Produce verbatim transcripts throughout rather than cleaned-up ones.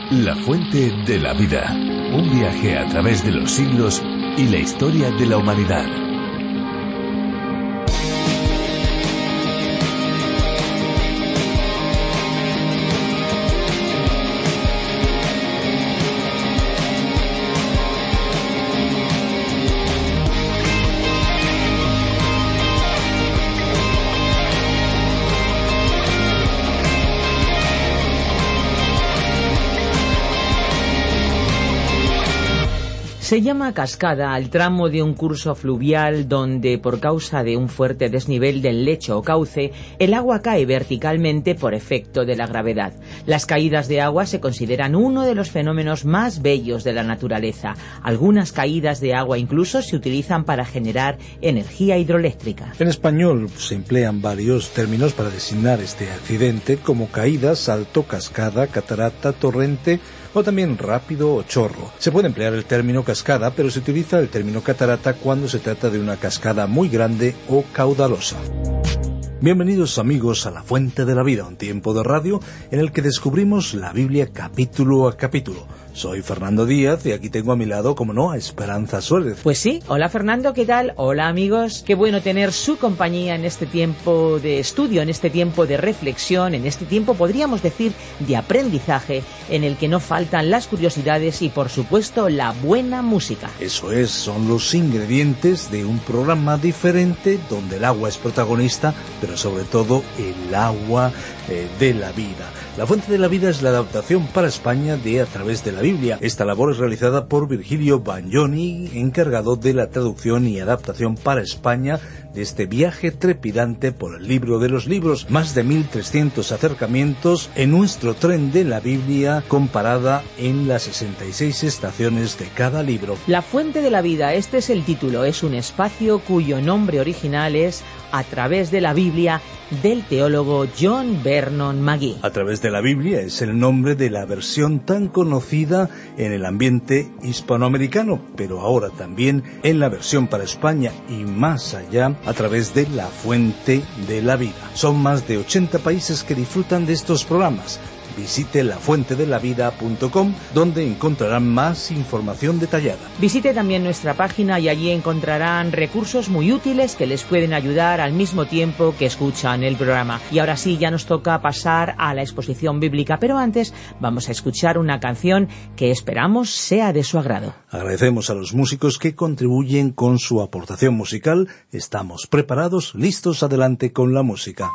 La fuente de la vida. Un viaje a través de los siglos y la historia de la humanidad. Se llama cascada al tramo de un curso fluvial donde, por causa de un fuerte desnivel del lecho o cauce, el agua cae verticalmente por efecto de la gravedad. Las caídas de agua se consideran uno de los fenómenos más bellos de la naturaleza. Algunas caídas de agua incluso se utilizan para generar energía hidroeléctrica. En español se emplean varios términos para designar este accidente, como caída, salto, cascada, catarata, torrente o también rápido o chorro. Se puede emplear el término cascada, pero se utiliza el término catarata cuando se trata de una cascada muy grande o caudalosa. Bienvenidos amigos a La Fuente de la Vida, un tiempo de radio en el que descubrimos la Biblia capítulo a capítulo. Soy Fernando Díaz y aquí tengo a mi lado, como no, a Esperanza Suárez. Pues sí, hola Fernando, ¿qué tal? Hola amigos, qué bueno tener su compañía en este tiempo de estudio, en este tiempo de reflexión, en este tiempo, podríamos decir, de aprendizaje, en el que no faltan las curiosidades y, por supuesto, la buena música. Eso es, son los ingredientes de un programa diferente donde el agua es protagonista, pero sobre todo el agua eh, de la vida. La Fuente de la Vida es la adaptación para España de A través de la Biblia. Esta labor es realizada por Virgilio Bagnoni, encargado de la traducción y adaptación para España de este viaje trepidante por el libro de los libros. Más de mil trescientos acercamientos en nuestro tren de la Biblia, comparada en las sesenta y seis estaciones de cada libro. La Fuente de la Vida, este es el título, es un espacio cuyo nombre original es A través de la Biblia, del teólogo John Vernon Magee. A través de la Biblia es el nombre de la versión tan conocida en el ambiente hispanoamericano, pero ahora también en la versión para España y más allá, a través de la Fuente de la Vida. Son más de ochenta países que disfrutan de estos programas. Visite la fuente de la vida punto com, donde encontrarán más información detallada. Visite también nuestra página y allí encontrarán recursos muy útiles que les pueden ayudar al mismo tiempo que escuchan el programa. Y ahora sí, ya nos toca pasar a la exposición bíblica, pero antes vamos a escuchar una canción que esperamos sea de su agrado. Agradecemos a los músicos que contribuyen con su aportación musical. Estamos preparados, listos, adelante con la música.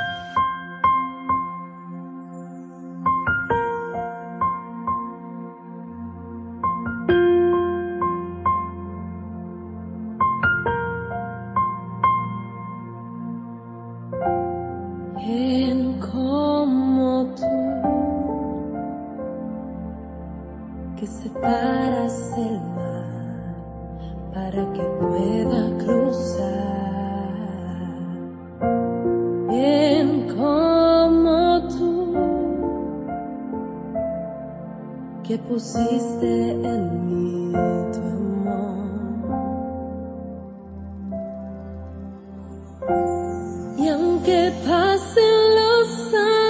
Pusiste en mí tu amor, y aunque pasen los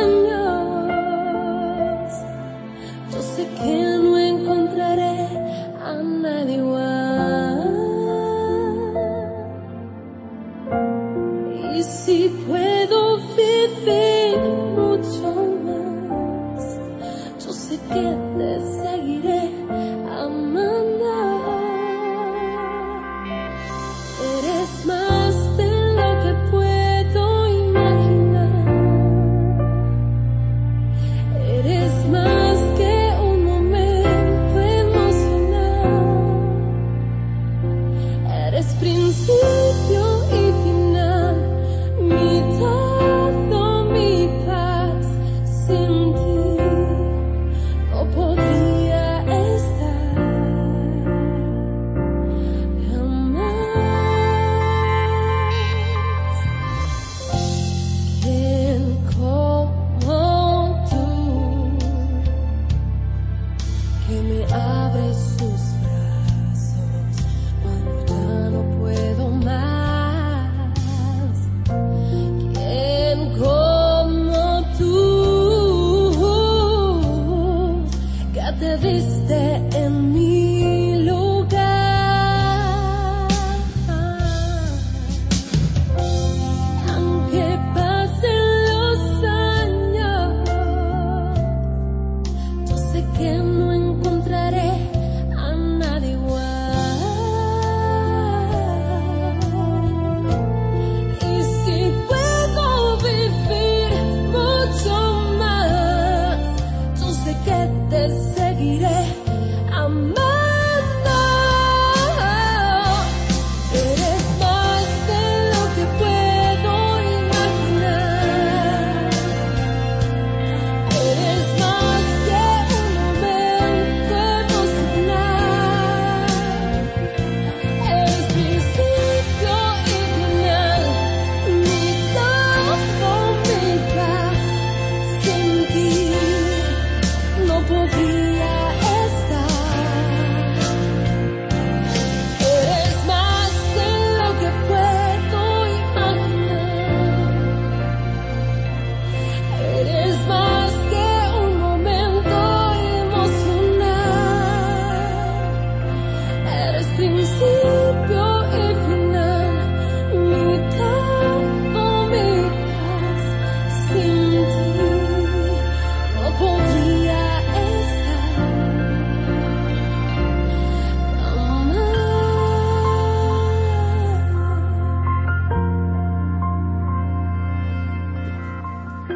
años, yo sé que no encontraré a nadie igual. Y si puedo vivir mucho más, yo sé que te seguiré amando. Eres más de lo que puedo imaginar. Eres más que un momento emocional. Eres principio y final, mi todo, mi paz. Sin ti no puedo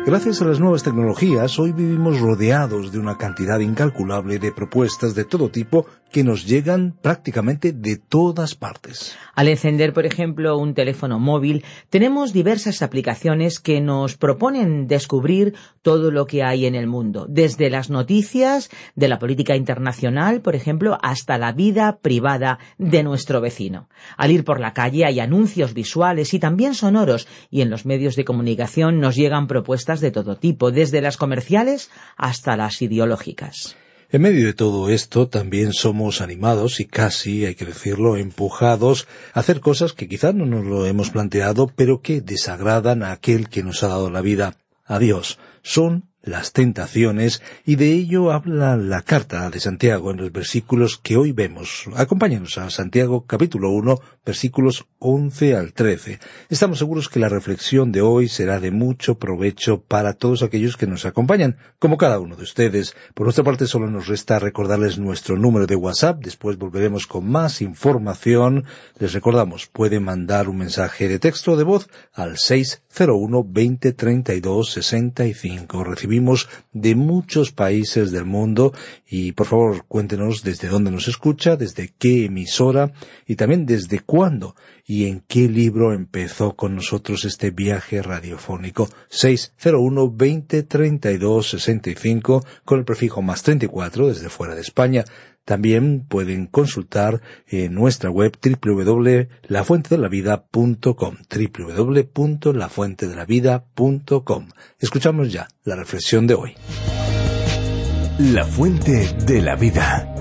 Gracias a las nuevas tecnologías, hoy vivimos rodeados de una cantidad incalculable de propuestas de todo tipo que nos llegan prácticamente de todas partes. Al encender, por ejemplo, un teléfono móvil, tenemos diversas aplicaciones que nos proponen descubrir todo lo que hay en el mundo, desde las noticias de la política internacional, por ejemplo, hasta la vida privada de nuestro vecino. Al ir por la calle hay anuncios visuales y también sonoros, y en los medios de comunicación nos llegan propuestas de todo tipo, desde las comerciales hasta las ideológicas. En medio de todo esto también somos animados y casi, hay que decirlo, empujados a hacer cosas que quizás no nos lo hemos planteado, pero que desagradan a aquel que nos ha dado la vida, a Dios. Son las tentaciones, y de ello habla la carta de Santiago en los versículos que hoy vemos. Acompáñanos a Santiago capítulo uno, versículos once al trece. Estamos seguros que la reflexión de hoy será de mucho provecho para todos aquellos que nos acompañan, como cada uno de ustedes. Por nuestra parte, solo nos resta recordarles nuestro número de WhatsApp. Después volveremos con más información. Les recordamos, pueden mandar un mensaje de texto o de voz al seis cero uno, veinte, treinta y dos, sesenta y cinco. Recibimos de muchos países del mundo y, por favor, cuéntenos desde dónde nos escucha, desde qué emisora y también desde cuándo y en qué libro empezó con nosotros este viaje radiofónico. seis cero uno, veinte, treinta y dos, sesenta y cinco con el prefijo más treinta y cuatro desde fuera de España. También pueden consultar en nuestra web doble u doble u doble u punto la fuente de la vida punto com, doble u doble u doble u punto la fuente de la vida punto com. Escuchamos ya la reflexión de hoy. La fuente de la vida.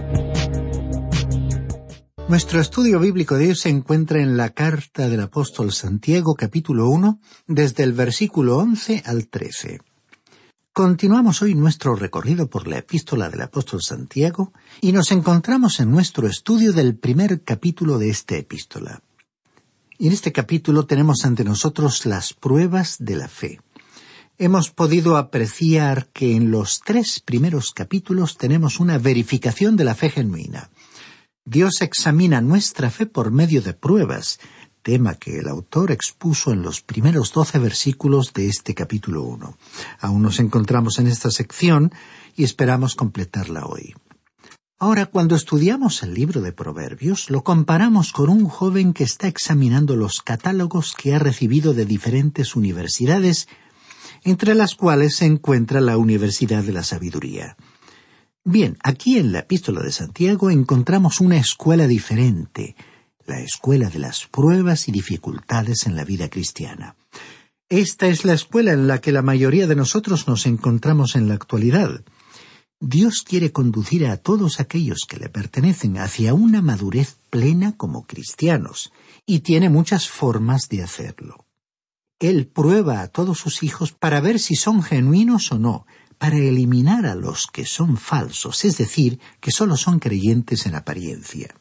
Nuestro estudio bíblico de hoy se encuentra en la carta del apóstol Santiago, capítulo uno, desde el versículo once al trece. Continuamos hoy nuestro recorrido por la epístola del apóstol Santiago y nos encontramos en nuestro estudio del primer capítulo de esta epístola. Y en este capítulo tenemos ante nosotros las pruebas de la fe. Hemos podido apreciar que en los tres primeros capítulos tenemos una verificación de la fe genuina. Dios examina nuestra fe por medio de pruebas, tema que el autor expuso en los primeros doce versículos de este capítulo uno. Aún nos encontramos en esta sección y esperamos completarla hoy. Ahora, cuando estudiamos el libro de Proverbios, lo comparamos con un joven que está examinando los catálogos que ha recibido de diferentes universidades, entre las cuales se encuentra la Universidad de la Sabiduría. Bien, aquí en la epístola de Santiago encontramos una escuela diferente, la escuela de las pruebas y dificultades en la vida cristiana. Esta es la escuela en la que la mayoría de nosotros nos encontramos en la actualidad. Dios quiere conducir a todos aquellos que le pertenecen hacia una madurez plena como cristianos, y tiene muchas formas de hacerlo. Él prueba a todos sus hijos para ver si son genuinos o no, para eliminar a los que son falsos, es decir, que solo son creyentes en apariencia.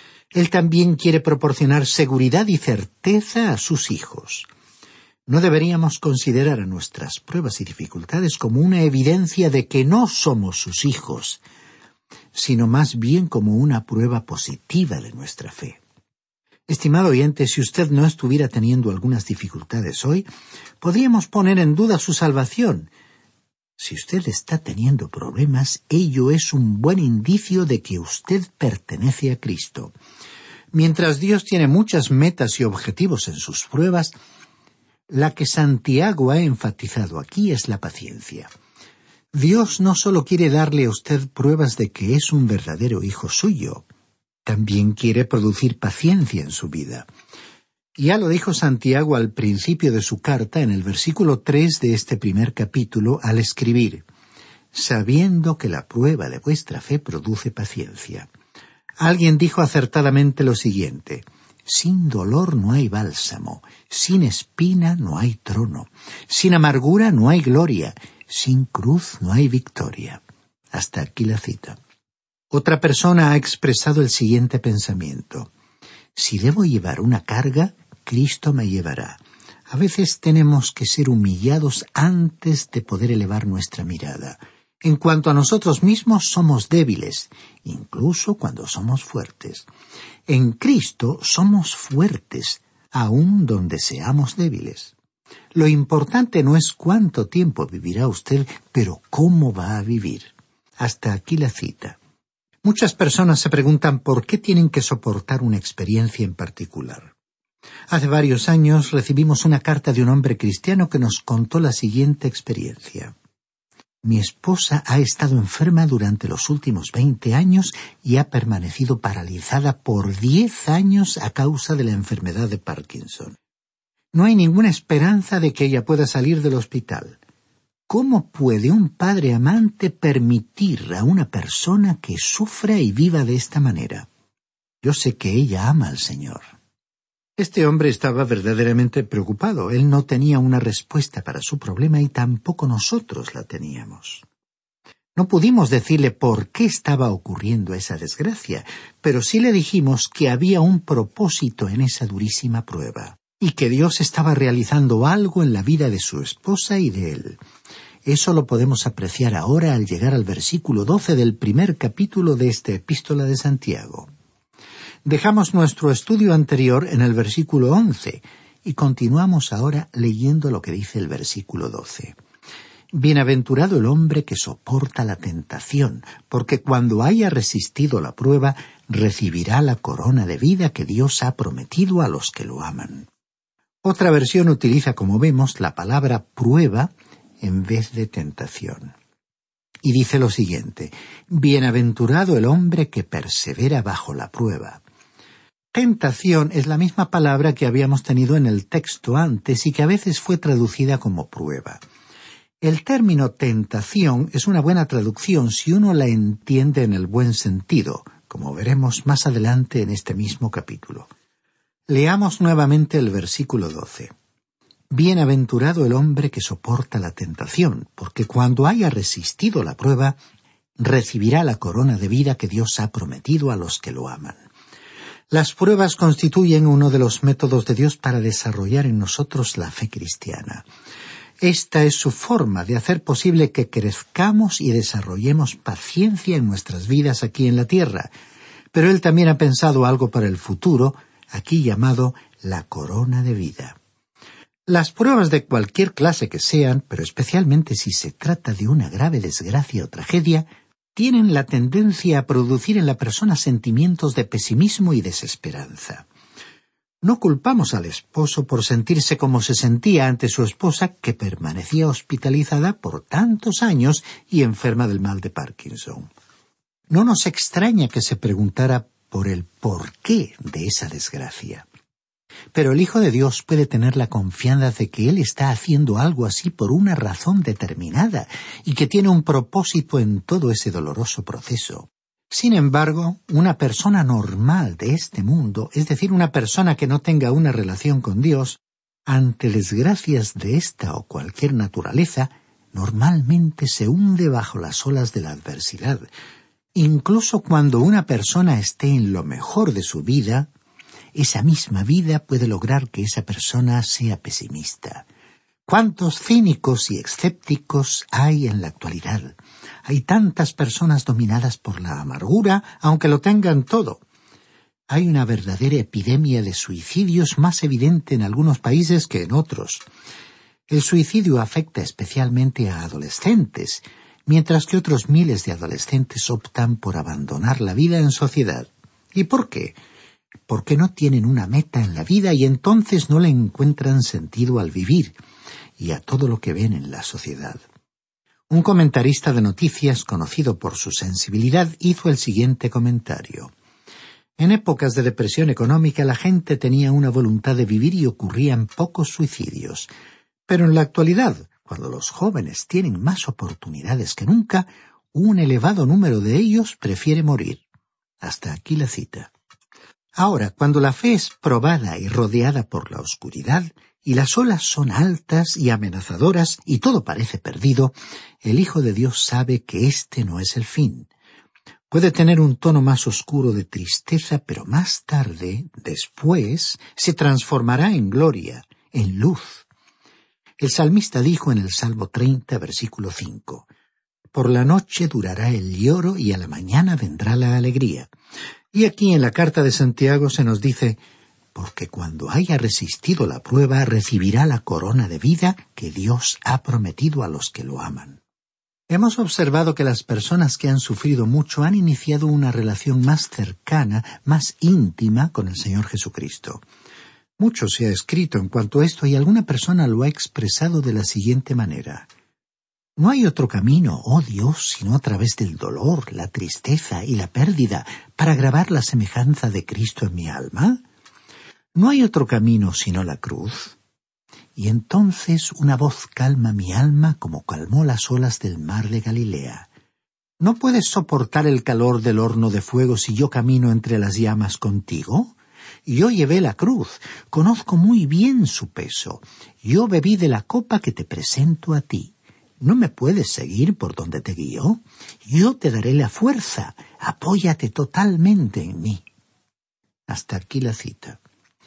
Él también quiere proporcionar seguridad y certeza a sus hijos. No deberíamos considerar a nuestras pruebas y dificultades como una evidencia de que no somos sus hijos, sino más bien como una prueba positiva de nuestra fe. Estimado oyente, si usted no estuviera teniendo algunas dificultades hoy, podríamos poner en duda su salvación. Si usted está teniendo problemas, ello es un buen indicio de que usted pertenece a Cristo. Mientras Dios tiene muchas metas y objetivos en sus pruebas, la que Santiago ha enfatizado aquí es la paciencia. Dios no solo quiere darle a usted pruebas de que es un verdadero hijo suyo, también quiere producir paciencia en su vida. Ya lo dijo Santiago al principio de su carta en el versículo tres de este primer capítulo al escribir: sabiendo que la prueba de vuestra fe produce paciencia. Alguien dijo acertadamente lo siguiente: sin dolor no hay bálsamo, sin espina no hay trono, sin amargura no hay gloria, sin cruz no hay victoria. Hasta aquí la cita. Otra persona ha expresado el siguiente pensamiento: si debo llevar una carga, Cristo me llevará. A veces tenemos que ser humillados antes de poder elevar nuestra mirada. En cuanto a nosotros mismos, somos débiles, incluso cuando somos fuertes. En Cristo somos fuertes, aun donde seamos débiles. Lo importante no es cuánto tiempo vivirá usted, pero cómo va a vivir. Hasta aquí la cita. Muchas personas se preguntan por qué tienen que soportar una experiencia en particular. Hace varios años recibimos una carta de un hombre cristiano que nos contó la siguiente experiencia. Mi esposa ha estado enferma durante los últimos veinte años y ha permanecido paralizada por diez años a causa de la enfermedad de Parkinson. No hay ninguna esperanza de que ella pueda salir del hospital. ¿Cómo puede un padre amante permitir a una persona que sufra y viva de esta manera? Yo sé que ella ama al Señor. Este hombre estaba verdaderamente preocupado. Él no tenía una respuesta para su problema y tampoco nosotros la teníamos. No pudimos decirle por qué estaba ocurriendo esa desgracia, pero sí le dijimos que había un propósito en esa durísima prueba, y que Dios estaba realizando algo en la vida de su esposa y de él. Eso lo podemos apreciar ahora al llegar al versículo doce del primer capítulo de esta epístola de Santiago. Dejamos nuestro estudio anterior en el versículo once y continuamos ahora leyendo lo que dice el versículo doce. Bienaventurado el hombre que soporta la tentación, porque cuando haya resistido la prueba, recibirá la corona de vida que Dios ha prometido a los que lo aman. Otra versión utiliza, como vemos, la palabra prueba en vez de tentación. Y dice lo siguiente: bienaventurado el hombre que persevera bajo la prueba. Tentación es la misma palabra que habíamos tenido en el texto antes y que a veces fue traducida como prueba. El término tentación es una buena traducción si uno la entiende en el buen sentido, como veremos más adelante en este mismo capítulo. Leamos nuevamente el versículo doce. Bienaventurado el hombre que soporta la tentación, porque cuando haya resistido la prueba, recibirá la corona de vida que Dios ha prometido a los que lo aman. Las pruebas constituyen uno de los métodos de Dios para desarrollar en nosotros la fe cristiana. Esta es su forma de hacer posible que crezcamos y desarrollemos paciencia en nuestras vidas aquí en la tierra. Pero Él también ha pensado algo para el futuro, aquí llamado la corona de vida. Las pruebas de cualquier clase que sean, pero especialmente si se trata de una grave desgracia o tragedia, tienen la tendencia a producir en la persona sentimientos de pesimismo y desesperanza. No culpamos al esposo por sentirse como se sentía ante su esposa, que permanecía hospitalizada por tantos años y enferma del mal de Parkinson. No nos extraña que se preguntara por el porqué de esa desgracia. Pero el Hijo de Dios puede tener la confianza de que Él está haciendo algo así por una razón determinada y que tiene un propósito en todo ese doloroso proceso. Sin embargo, una persona normal de este mundo, es decir, una persona que no tenga una relación con Dios, ante desgracias de esta o cualquier naturaleza, normalmente se hunde bajo las olas de la adversidad. Incluso cuando una persona esté en lo mejor de su vida, esa misma vida puede lograr que esa persona sea pesimista. ¿Cuántos cínicos y escépticos hay en la actualidad? Hay tantas personas dominadas por la amargura, aunque lo tengan todo. Hay una verdadera epidemia de suicidios más evidente en algunos países que en otros. El suicidio afecta especialmente a adolescentes, mientras que otros miles de adolescentes optan por abandonar la vida en sociedad. ¿Y por qué? Porque no tienen una meta en la vida y entonces no le encuentran sentido al vivir y a todo lo que ven en la sociedad. Un comentarista de noticias, conocido por su sensibilidad, hizo el siguiente comentario. En épocas de depresión económica la gente tenía una voluntad de vivir y ocurrían pocos suicidios. Pero en la actualidad, cuando los jóvenes tienen más oportunidades que nunca, un elevado número de ellos prefiere morir. Hasta aquí la cita. Ahora, cuando la fe es probada y rodeada por la oscuridad, y las olas son altas y amenazadoras y todo parece perdido, el Hijo de Dios sabe que este no es el fin. Puede tener un tono más oscuro de tristeza, pero más tarde, después, se transformará en gloria, en luz. El salmista dijo en el Salmo treinta, versículo cinco, «Por la noche durará el lloro y a la mañana vendrá la alegría». Y aquí en la carta de Santiago se nos dice, porque cuando haya resistido la prueba recibirá la corona de vida que Dios ha prometido a los que lo aman. Hemos observado que las personas que han sufrido mucho han iniciado una relación más cercana, más íntima con el Señor Jesucristo. Mucho se ha escrito en cuanto a esto y alguna persona lo ha expresado de la siguiente manera: no hay otro camino, oh Dios, sino a través del dolor, la tristeza y la pérdida para grabar la semejanza de Cristo en mi alma. ¿No hay otro camino sino la cruz? Y entonces una voz calma mi alma como calmó las olas del mar de Galilea. ¿No puedes soportar el calor del horno de fuego si yo camino entre las llamas contigo? Yo llevé la cruz, conozco muy bien su peso. Yo bebí de la copa que te presento a ti. ¿No me puedes seguir por donde te guío? Yo te daré la fuerza. Apóyate totalmente en mí. Hasta aquí la cita.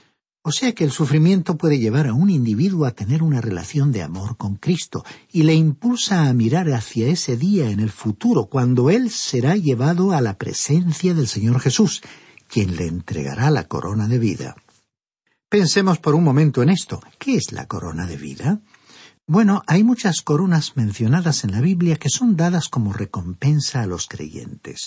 O sea que el sufrimiento puede llevar a un individuo a tener una relación de amor con Cristo y le impulsa a mirar hacia ese día en el futuro, cuando él será llevado a la presencia del Señor Jesús, quien le entregará la corona de vida. Pensemos por un momento en esto. ¿Qué es la corona de vida? Bueno, hay muchas coronas mencionadas en la Biblia que son dadas como recompensa a los creyentes.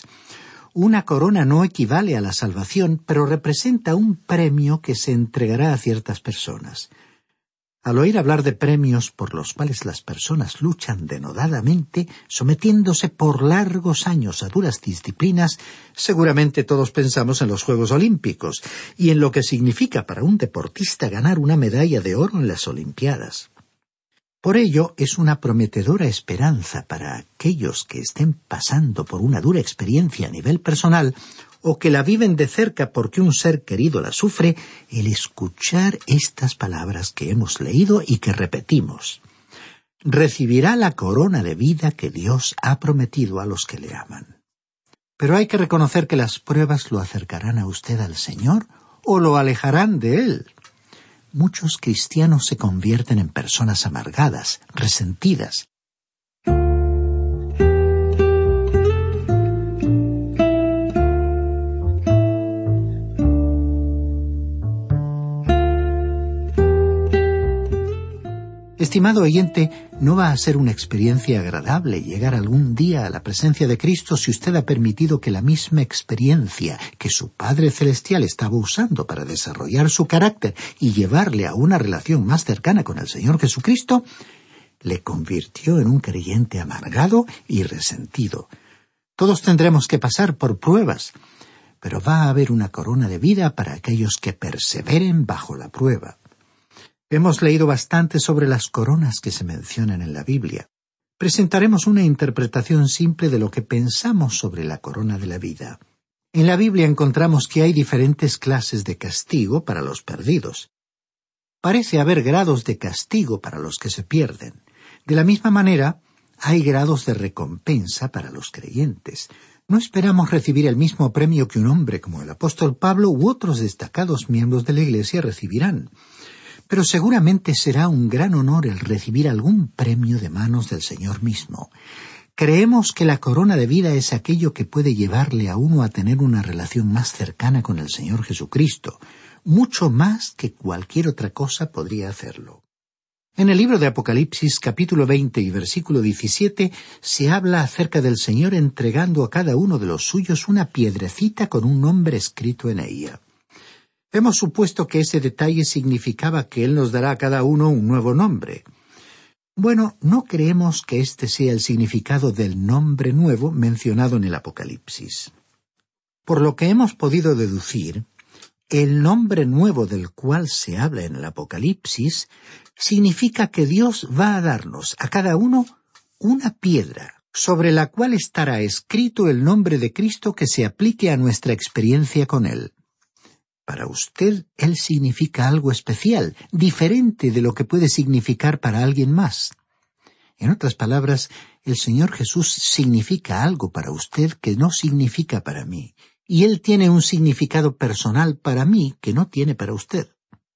Una corona no equivale a la salvación, pero representa un premio que se entregará a ciertas personas. Al oír hablar de premios por los cuales las personas luchan denodadamente, sometiéndose por largos años a duras disciplinas, seguramente todos pensamos en los Juegos Olímpicos y en lo que significa para un deportista ganar una medalla de oro en las Olimpiadas. Por ello, es una prometedora esperanza para aquellos que estén pasando por una dura experiencia a nivel personal o que la viven de cerca porque un ser querido la sufre, el escuchar estas palabras que hemos leído y que repetimos. Recibirá la corona de vida que Dios ha prometido a los que le aman. Pero hay que reconocer que las pruebas lo acercarán a usted al Señor o lo alejarán de Él. Muchos cristianos se convierten en personas amargadas, resentidas. Estimado oyente, no va a ser una experiencia agradable llegar algún día a la presencia de Cristo si usted ha permitido que la misma experiencia que su Padre Celestial estaba usando para desarrollar su carácter y llevarle a una relación más cercana con el Señor Jesucristo, le convirtió en un creyente amargado y resentido. Todos tendremos que pasar por pruebas, pero va a haber una corona de vida para aquellos que perseveren bajo la prueba. Hemos leído bastante sobre las coronas que se mencionan en la Biblia. Presentaremos una interpretación simple de lo que pensamos sobre la corona de la vida. En la Biblia encontramos que hay diferentes clases de castigo para los perdidos. Parece haber grados de castigo para los que se pierden. De la misma manera, hay grados de recompensa para los creyentes. No esperamos recibir el mismo premio que un hombre como el apóstol Pablo u otros destacados miembros de la Iglesia recibirán. Pero seguramente será un gran honor el recibir algún premio de manos del Señor mismo. Creemos que la corona de vida es aquello que puede llevarle a uno a tener una relación más cercana con el Señor Jesucristo, mucho más que cualquier otra cosa podría hacerlo. En el libro de Apocalipsis, capítulo veinte y versículo diecisiete, se habla acerca del Señor entregando a cada uno de los suyos una piedrecita con un nombre escrito en ella. Hemos supuesto que ese detalle significaba que Él nos dará a cada uno un nuevo nombre. Bueno, no creemos que este sea el significado del nombre nuevo mencionado en el Apocalipsis. Por lo que hemos podido deducir, el nombre nuevo del cual se habla en el Apocalipsis significa que Dios va a darnos a cada uno una piedra, sobre la cual estará escrito el nombre de Cristo que se aplique a nuestra experiencia con Él. Para usted, Él significa algo especial, diferente de lo que puede significar para alguien más. En otras palabras, el Señor Jesús significa algo para usted que no significa para mí, y Él tiene un significado personal para mí que no tiene para usted.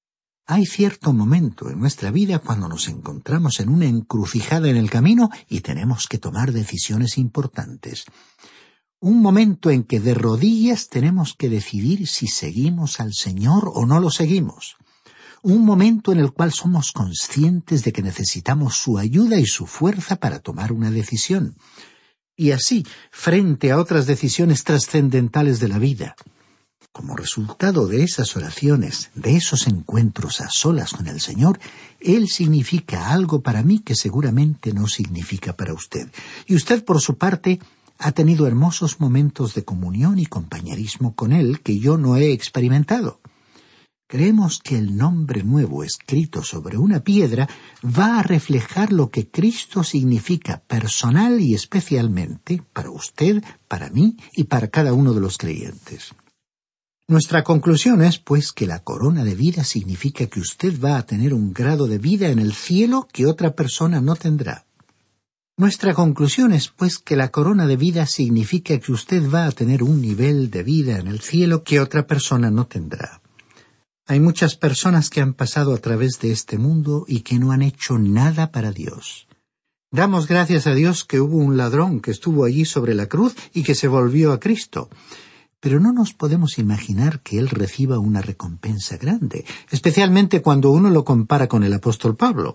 Hay cierto momento en nuestra vida cuando nos encontramos en una encrucijada en el camino y tenemos que tomar decisiones importantes. Un momento en que de rodillas tenemos que decidir si seguimos al Señor o no lo seguimos. Un momento en el cual somos conscientes de que necesitamos su ayuda y su fuerza para tomar una decisión. Y así, frente a otras decisiones trascendentales de la vida. Como resultado de esas oraciones, de esos encuentros a solas con el Señor, Él significa algo para mí que seguramente no significa para usted. Y usted, por su parte, ha tenido hermosos momentos de comunión y compañerismo con Él que yo no he experimentado. Creemos que el nombre nuevo escrito sobre una piedra va a reflejar lo que Cristo significa personal y especialmente para usted, para mí y para cada uno de los creyentes. Nuestra conclusión es, pues, que la corona de vida significa que usted va a tener un grado de vida en el cielo que otra persona no tendrá. Nuestra conclusión es, pues, que la corona de vida significa que usted va a tener un nivel de vida en el cielo que otra persona no tendrá. Hay muchas personas que han pasado a través de este mundo y que no han hecho nada para Dios. Damos gracias a Dios que hubo un ladrón que estuvo allí sobre la cruz y que se volvió a Cristo. Pero no nos podemos imaginar que él reciba una recompensa grande, especialmente cuando uno lo compara con el apóstol Pablo.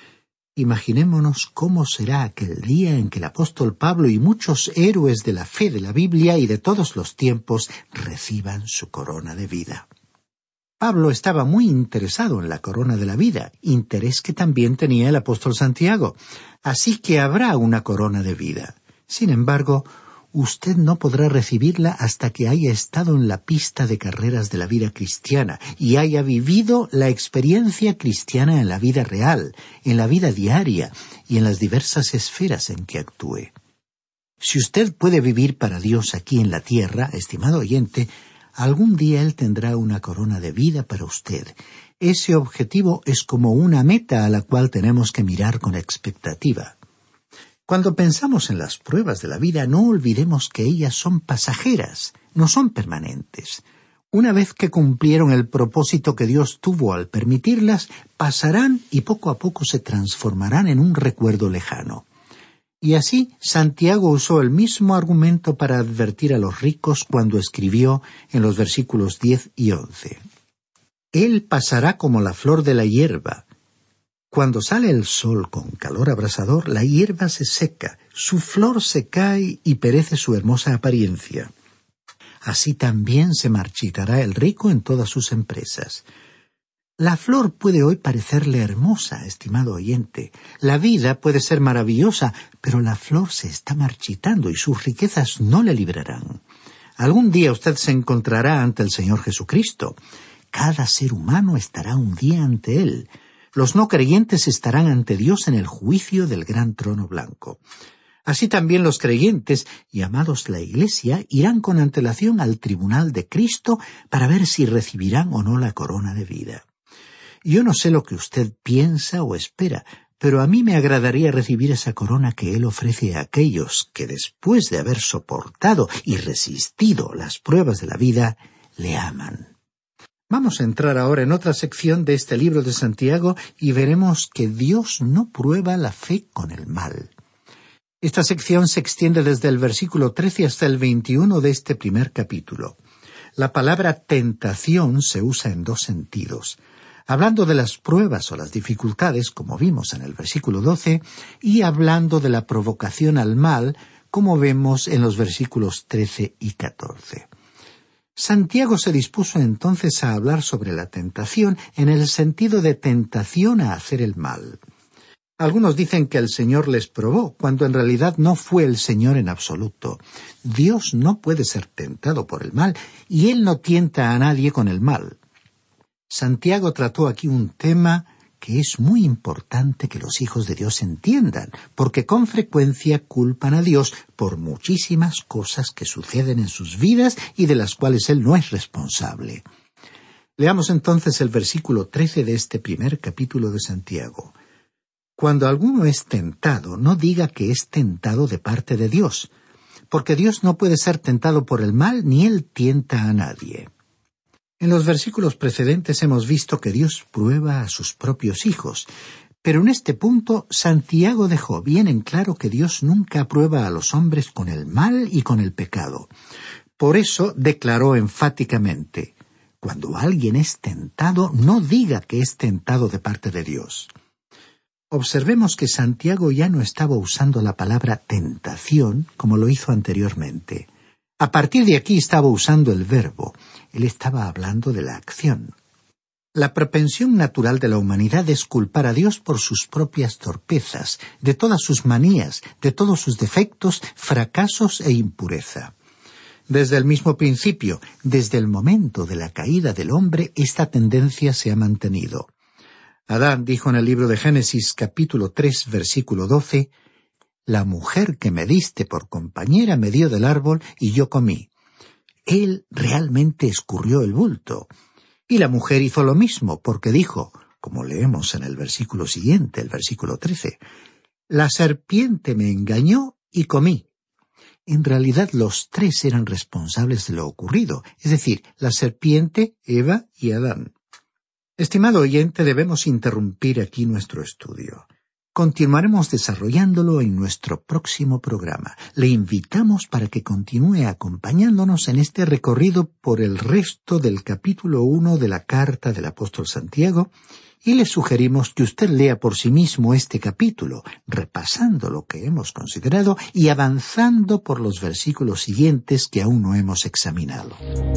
Imaginémonos cómo será aquel día en que el apóstol Pablo y muchos héroes de la fe de la Biblia y de todos los tiempos reciban su corona de vida. Pablo estaba muy interesado en la corona de la vida, interés que también tenía el apóstol Santiago, así que habrá una corona de vida. Sin embargo, usted no podrá recibirla hasta que haya estado en la pista de carreras de la vida cristiana y haya vivido la experiencia cristiana en la vida real, en la vida diaria y en las diversas esferas en que actúe. Si usted puede vivir para Dios aquí en la tierra, estimado oyente, algún día Él tendrá una corona de vida para usted. Ese objetivo es como una meta a la cual tenemos que mirar con expectativa. Cuando pensamos en las pruebas de la vida, no olvidemos que ellas son pasajeras, no son permanentes. Una vez que cumplieron el propósito que Dios tuvo al permitirlas, pasarán y poco a poco se transformarán en un recuerdo lejano. Y así, Santiago usó el mismo argumento para advertir a los ricos cuando escribió en los versículos diez y once. Él pasará como la flor de la hierba. Cuando sale el sol con calor abrasador, la hierba se seca, su flor se cae y perece su hermosa apariencia. Así también se marchitará el rico en todas sus empresas. La flor puede hoy parecerle hermosa, estimado oyente. La vida puede ser maravillosa, pero la flor se está marchitando y sus riquezas no le librarán. Algún día usted se encontrará ante el Señor Jesucristo. Cada ser humano estará un día ante Él. Los no creyentes estarán ante Dios en el juicio del gran trono blanco. Así también los creyentes, llamados la Iglesia, irán con antelación al tribunal de Cristo para ver si recibirán o no la corona de vida. Yo no sé lo que usted piensa o espera, pero a mí me agradaría recibir esa corona que Él ofrece a aquellos que después de haber soportado y resistido las pruebas de la vida, le aman. Vamos a entrar ahora en otra sección de este libro de Santiago y veremos que Dios no prueba la fe con el mal. Esta sección se extiende desde el versículo trece hasta el veintiuno de este primer capítulo. La palabra tentación se usa en dos sentidos, hablando de las pruebas o las dificultades, como vimos en el versículo doce, y hablando de la provocación al mal, como vemos en los versículos trece y catorce. Santiago se dispuso entonces a hablar sobre la tentación en el sentido de tentación a hacer el mal. Algunos dicen que el Señor les probó, cuando en realidad no fue el Señor en absoluto. Dios no puede ser tentado por el mal, y Él no tienta a nadie con el mal. Santiago trató aquí un tema que es muy importante que los hijos de Dios entiendan, porque con frecuencia culpan a Dios por muchísimas cosas que suceden en sus vidas y de las cuales Él no es responsable. Leamos entonces el versículo trece de este primer capítulo de Santiago. Cuando alguno es tentado, no diga que es tentado de parte de Dios, porque Dios no puede ser tentado por el mal, ni Él tienta a nadie. En los versículos precedentes hemos visto que Dios prueba a sus propios hijos, Pero en este punto, Santiago dejó bien en claro que Dios nunca aprueba a los hombres con el mal y con el pecado. Por eso declaró enfáticamente: cuando alguien es tentado, no diga que es tentado de parte de Dios. Observemos que Santiago ya no estaba usando la palabra tentación como lo hizo anteriormente. A partir de aquí estaba usando el verbo. Él estaba hablando de la acción. La propensión natural de la humanidad es culpar a Dios por sus propias torpezas, de todas sus manías, de todos sus defectos, fracasos e impureza. Desde el mismo principio, desde el momento de la caída del hombre, esta tendencia se ha mantenido. Adán dijo en el libro de Génesis, capítulo tres, versículo doce, «La mujer que me diste por compañera me dio del árbol y yo comí». Él realmente escurrió el bulto. Y la mujer hizo lo mismo, porque dijo, como leemos en el versículo siguiente, el versículo trece, «La serpiente me engañó y comí». En realidad los tres eran responsables de lo ocurrido, es decir, la serpiente, Eva y Adán. Estimado oyente, debemos interrumpir aquí nuestro estudio. Continuaremos desarrollándolo en nuestro próximo programa. Le invitamos para que continúe acompañándonos en este recorrido por el resto del capítulo uno de la carta del apóstol Santiago, y le sugerimos que usted lea por sí mismo este capítulo, repasando lo que hemos considerado y avanzando por los versículos siguientes que aún no hemos examinado.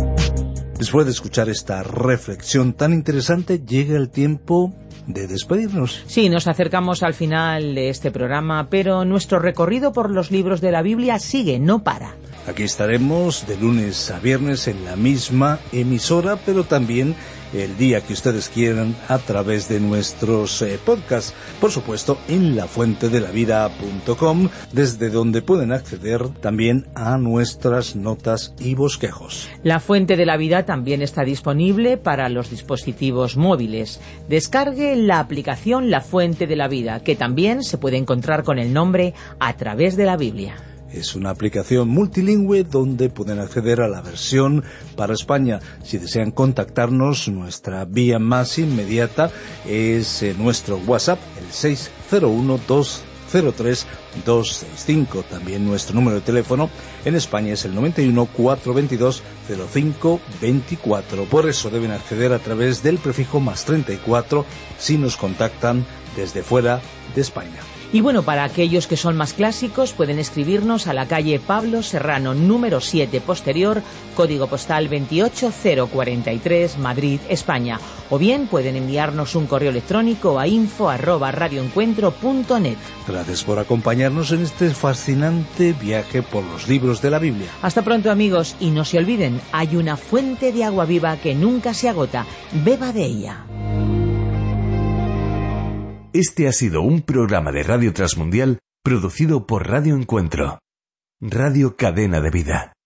Después de escuchar esta reflexión tan interesante, llega el tiempo de despedirnos. Sí, nos acercamos al final de este programa, pero nuestro recorrido por los libros de la Biblia sigue, no para. Aquí estaremos de lunes a viernes en la misma emisora, pero también el día que ustedes quieran a través de nuestros eh, podcasts, por supuesto en la fuente de la vida punto com, desde donde pueden acceder también a nuestras notas y bosquejos. La Fuente de la Vida también está disponible para los dispositivos móviles. Descargue la aplicación La Fuente de la Vida, que también se puede encontrar con el nombre A Través de la Biblia. Es una aplicación multilingüe donde pueden acceder a la versión para España. Si desean contactarnos, nuestra vía más inmediata es eh, nuestro WhatsApp, el seis cero uno, dos cero tres, dos seis cinco. También nuestro número de teléfono en España es el noventa y uno, cuatrocientos veintidós, cero cinco veinticuatro. Por eso deben acceder a través del prefijo más treinta y cuatro si nos contactan desde fuera de España. Y bueno, para aquellos que son más clásicos, pueden escribirnos a la calle Pablo Serrano, número siete posterior, código postal veintiocho cero cuarenta y tres, Madrid, España. O bien pueden enviarnos un correo electrónico a info arroba radioencuentro punto net. Gracias por acompañarnos en este fascinante viaje por los libros de la Biblia. Hasta pronto, amigos, y no se olviden, hay una fuente de agua viva que nunca se agota. Beba de ella. Este ha sido un programa de Radio Transmundial producido por Radio Encuentro, Radio Cadena de Vida.